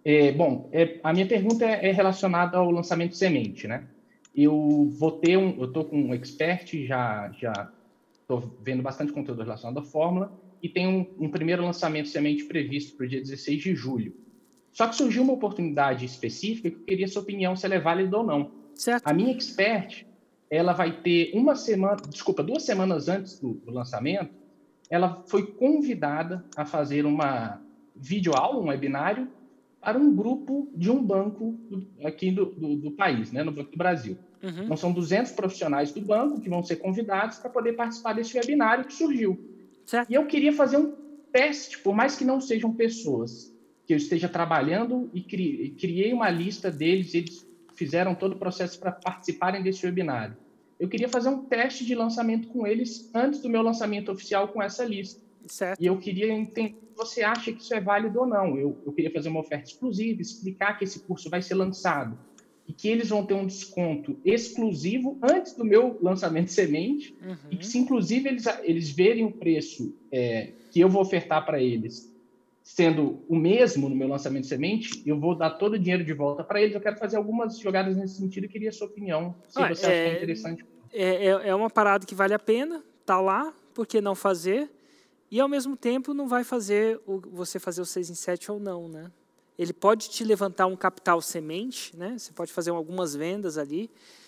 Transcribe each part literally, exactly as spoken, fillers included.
É, bom, é, a minha pergunta é, é relacionada ao lançamento de semente, né? Eu vou ter um, eu estou com um expert, já já estou vendo bastante conteúdo relacionado à fórmula e tem um, um primeiro lançamento de semente previsto para o dia dezesseis de julho. Só que surgiu uma oportunidade específica que eu queria sua opinião se ela é válida ou não. Certo. A minha expert, ela vai ter uma semana, desculpa, duas semanas antes do, do lançamento, ela foi convidada a fazer uma videoaula, um webinário, para um grupo de um banco aqui do, do, do país, né, no Banco do Brasil. Uhum. Então, são duzentos profissionais do banco que vão ser convidados para poder participar desse webinário que surgiu. Certo. E eu queria fazer um teste, por mais que não sejam pessoas que eu esteja trabalhando, e criei uma lista deles, eles fizeram todo o processo para participarem desse webinário. Eu queria fazer um teste de lançamento com eles antes do meu lançamento oficial com essa lista. Certo. E eu queria entender se você acha que isso é válido ou não. Eu, eu queria fazer uma oferta exclusiva, explicar que esse curso vai ser lançado e que eles vão ter um desconto exclusivo antes do meu lançamento de semente, uhum. E que se, inclusive, eles, eles verem o preço é, que eu vou ofertar para eles sendo o mesmo no meu lançamento de semente, eu vou dar todo o dinheiro de volta para eles. Eu quero fazer algumas jogadas nesse sentido e queria a sua opinião, se ah, você é, acha que é interessante. É, é uma parada que vale a pena, tá lá, por que não fazer? E, ao mesmo tempo, não vai fazer o, você fazer o seis em sete ou não, né? Ele pode te levantar um capital semente, né? Você pode fazer algumas vendas ali,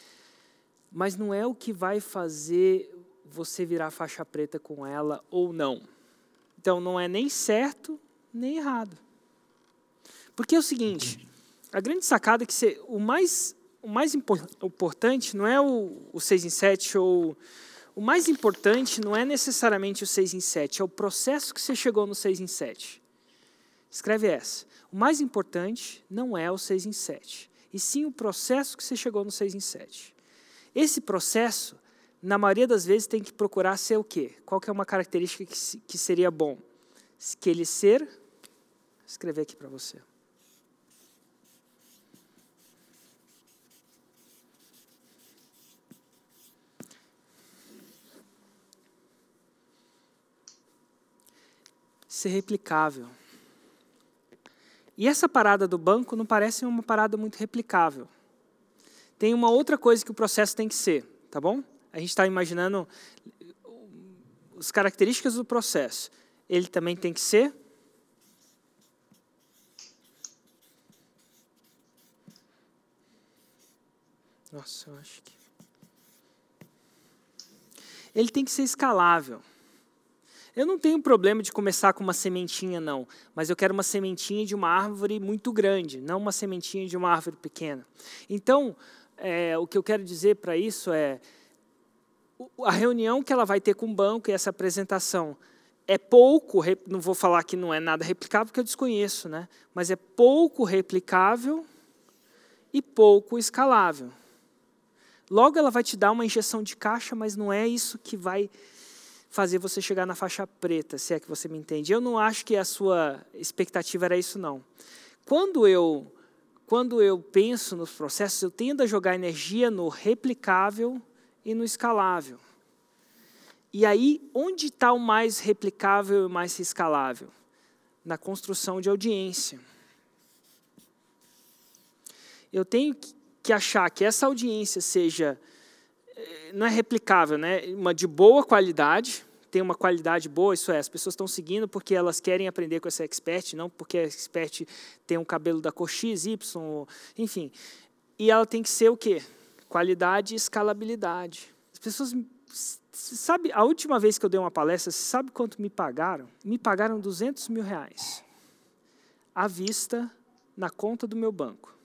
mas não é o que vai fazer você virar faixa preta com ela ou não. Então, não é nem certo, nem errado. Porque é o seguinte, a grande sacada é que você, o, mais, o mais impor, importante não é o, o seis em sete, ou o mais importante não é necessariamente o seis em sete, é o processo que você chegou no seis em sete. Escreve essa. O mais importante não é o seis em sete, e sim o processo que você chegou no seis em sete. Esse processo, na maioria das vezes, tem que procurar ser o quê? Qual que é uma característica que, que seria bom? Que ele ser... Vou escrever aqui para você. Ser replicável. E essa parada do banco não parece uma parada muito replicável. Tem uma outra coisa que o processo tem que ser, tá bom? A gente está imaginando as características do processo. Ele também tem que ser... Nossa, eu acho que... Ele tem que ser escalável. Eu não tenho problema de começar com uma sementinha, não. Mas eu quero uma sementinha de uma árvore muito grande, não uma sementinha de uma árvore pequena. Então, é, o que eu quero dizer para isso é... A reunião que ela vai ter com o banco e essa apresentação é pouco... Não vou falar que não é nada replicável, porque eu desconheço, né? Mas é pouco replicável e pouco escalável. Logo, ela vai te dar uma injeção de caixa, mas não é isso que vai fazer você chegar na faixa preta, se é que você me entende. Eu não acho que a sua expectativa era isso, não. Quando eu, quando eu penso nos processos, eu tendo a jogar energia no replicável e no escalável. E aí, onde está o mais replicável e o mais escalável? Na construção de audiência. Eu tenho que que achar que essa audiência seja, não é replicável, né? Uma de boa qualidade, tem uma qualidade boa, isso é, as pessoas estão seguindo porque elas querem aprender com essa expert, não porque a expert tem um cabelo da cor X, Y, enfim. E ela tem que ser o quê? Qualidade e escalabilidade. As pessoas, sabe, a última vez que eu dei uma palestra, você sabe quanto me pagaram? Me pagaram duzentos mil reais, à vista, na conta do meu banco.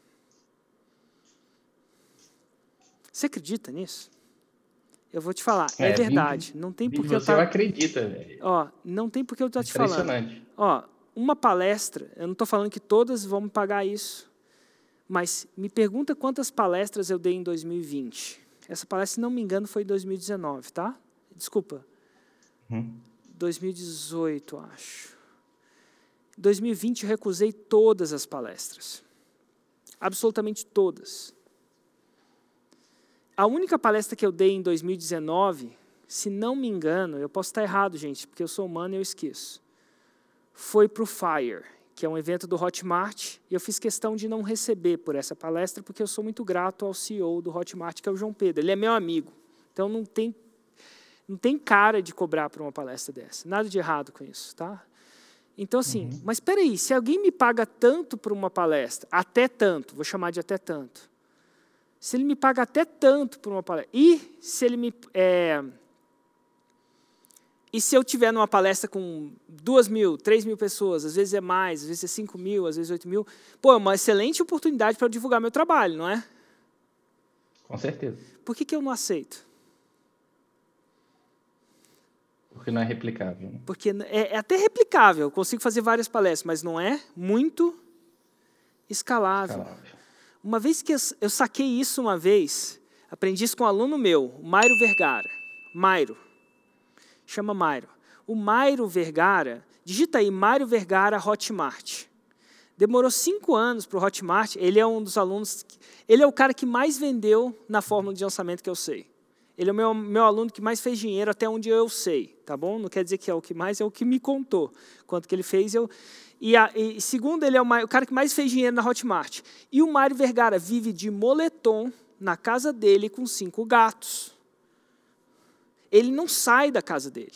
Você acredita nisso? Eu vou te falar, é, é verdade. Não tem porque você eu tá... acredita, velho. Ó, não tem porque eu estou te falando. Impressionante. Ó, uma palestra, eu não estou falando que todas vão me pagar isso, mas me pergunta quantas palestras eu dei em dois mil e vinte. Essa palestra, se não me engano, foi em dois mil e dezenove, tá? Desculpa. Uhum. dois mil e dezoito, acho. Em dois mil e vinte, eu recusei todas as palestras. Absolutamente todas. A única palestra que eu dei em dois mil e dezenove, se não me engano, eu posso estar errado, gente, porque eu sou humano e eu esqueço, foi para o FIRE, que é um evento do Hotmart, e eu fiz questão de não receber por essa palestra, porque eu sou muito grato ao C E O do Hotmart, que é o João Pedro. Ele é meu amigo, então não tem, não tem cara de cobrar por uma palestra dessa. Nada de errado com isso, tá? Então, assim, uhum. Mas espera aí, se alguém me paga tanto por uma palestra, até tanto, vou chamar de até tanto, se ele me paga até tanto por uma palestra, e se ele me... É, e se eu tiver numa palestra com duas mil, três mil pessoas, às vezes é mais, às vezes é cinco mil, às vezes oito mil, pô, é uma excelente oportunidade para eu divulgar meu trabalho, não é? Com certeza. Por que que eu não aceito? Porque não é replicável. Né? Porque é, é até replicável, eu consigo fazer várias palestras, mas não é muito escalável. escalável. Uma vez que eu, eu saquei isso uma vez, aprendi isso com um aluno meu, o Mairo Vergara. Mairo. Chama Mairo. O Mairo Vergara, digita aí, Mairo Vergara Hotmart. Demorou cinco anos para o Hotmart, ele é um dos alunos, ele é o cara que mais vendeu na fórmula de lançamento que eu sei. Ele é o meu, meu aluno que mais fez dinheiro até onde eu sei, tá bom? Não quer dizer que é o que mais, é o que me contou. Quanto que ele fez, eu... E, a, e segundo, ele é o, o cara que mais fez dinheiro na Hotmart. E o Mairo Vergara vive de moletom na casa dele com cinco gatos. Ele não sai da casa dele.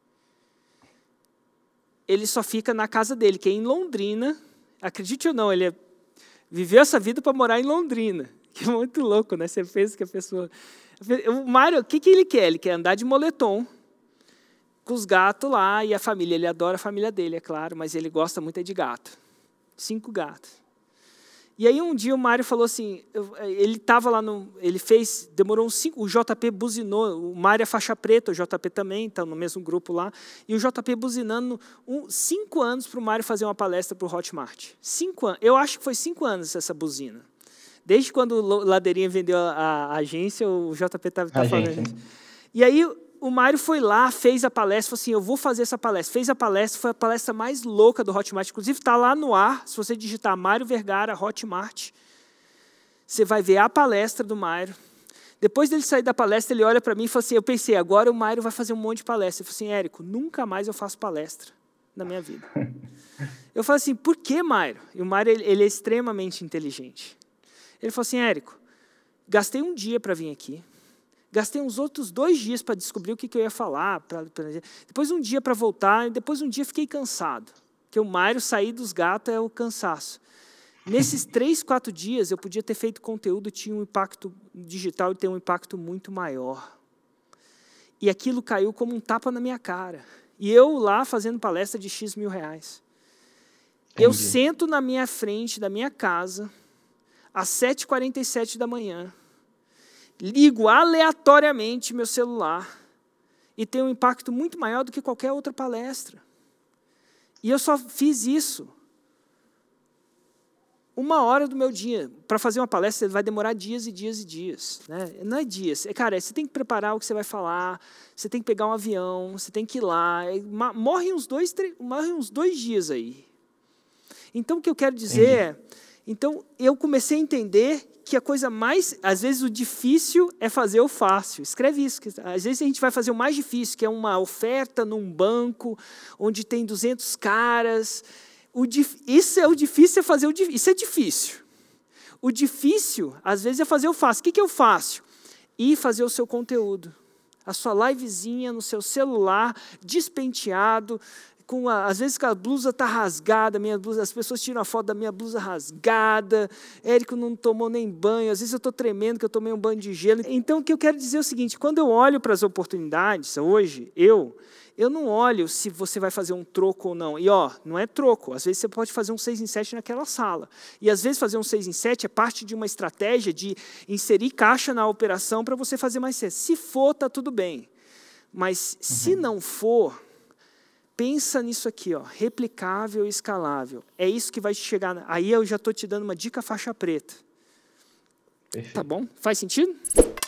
Ele só fica na casa dele, que é em Londrina. Acredite ou não, ele é, viveu essa vida para morar em Londrina. Que é muito louco, né? Você pensa que a pessoa... O Mário, o que, que ele quer? Ele quer andar de moletom, com os gatos lá, e a família. Ele adora a família dele, é claro, mas ele gosta muito de gato. Cinco gatos. E aí um dia o Mário falou assim, ele estava lá no, ele fez, demorou uns cinco, o J P buzinou, o Mário é faixa preta, o J P também, está no mesmo grupo lá, e o J P buzinando um, cinco anos para o Mário fazer uma palestra para o Hotmart. Cinco anos, eu acho que foi cinco anos essa buzina. Desde quando o Ladeirinha vendeu a, a agência, o J P estava tá fazendo isso. E aí o Mário foi lá, fez a palestra, falou assim, eu vou fazer essa palestra. Fez a palestra, foi a palestra mais louca do Hotmart. Inclusive, está lá no ar, se você digitar Mário Vergara, Hotmart, você vai ver a palestra do Mário. Depois dele sair da palestra, ele olha para mim e fala assim, eu pensei, agora o Mário vai fazer um monte de palestra. Ele falou assim, Érico, nunca mais eu faço palestra na minha vida. Eu falei assim, por que, Mário? E o Mário, ele, ele é extremamente inteligente. Ele falou assim, Érico, gastei um dia para vir aqui, gastei uns outros dois dias para descobrir o que, que eu ia falar, pra, pra, depois um dia para voltar, e depois um dia fiquei cansado, porque o Mário sair dos gatos é o cansaço. Nesses três, quatro dias, eu podia ter feito conteúdo, tinha um impacto digital e tem um impacto muito maior. E aquilo caiu como um tapa na minha cara. E eu lá fazendo palestra de X mil reais. Entendi. Eu sento na minha frente da minha casa, às sete e quarenta e sete da manhã, ligo aleatoriamente meu celular e tem um impacto muito maior do que qualquer outra palestra. E eu só fiz isso uma hora do meu dia. Para fazer uma palestra, vai demorar dias e dias e dias. Né? Não é dias. É, cara, você tem que preparar o que você vai falar, você tem que pegar um avião, você tem que ir lá. Morre uns dois, três, morre uns dois dias aí. Então, o que eu quero dizer é... Então, eu comecei a entender que a coisa mais... Às vezes, o difícil é fazer o fácil. Escreve isso. Às vezes, a gente vai fazer o mais difícil, que é uma oferta num banco, onde tem duzentos caras. O dif... Isso é o difícil, é fazer o difícil. Isso é difícil. O difícil, às vezes, é fazer o fácil. O que, que é o fácil? Ir fazer o seu conteúdo. A sua livezinha no seu celular, despenteado, com a, às vezes a blusa está rasgada, minha blusa, as pessoas tiram a foto da minha blusa rasgada, Érico não tomou nem banho, às vezes eu estou tremendo que eu tomei um banho de gelo. Então, o que eu quero dizer é o seguinte, quando eu olho para as oportunidades, hoje, eu, eu não olho se você vai fazer um troco ou não. E, ó, não é troco, às vezes você pode fazer um seis em sete naquela sala. E, às vezes, fazer um seis em sete é parte de uma estratégia de inserir caixa na operação para você fazer mais cedo. Se for, está tudo bem. Mas, uhum. se não for... Pensa nisso aqui, ó, replicável e escalável. É isso que vai chegar. Aí eu já estou te dando uma dica faixa preta. Perfeito. Tá bom? Faz sentido?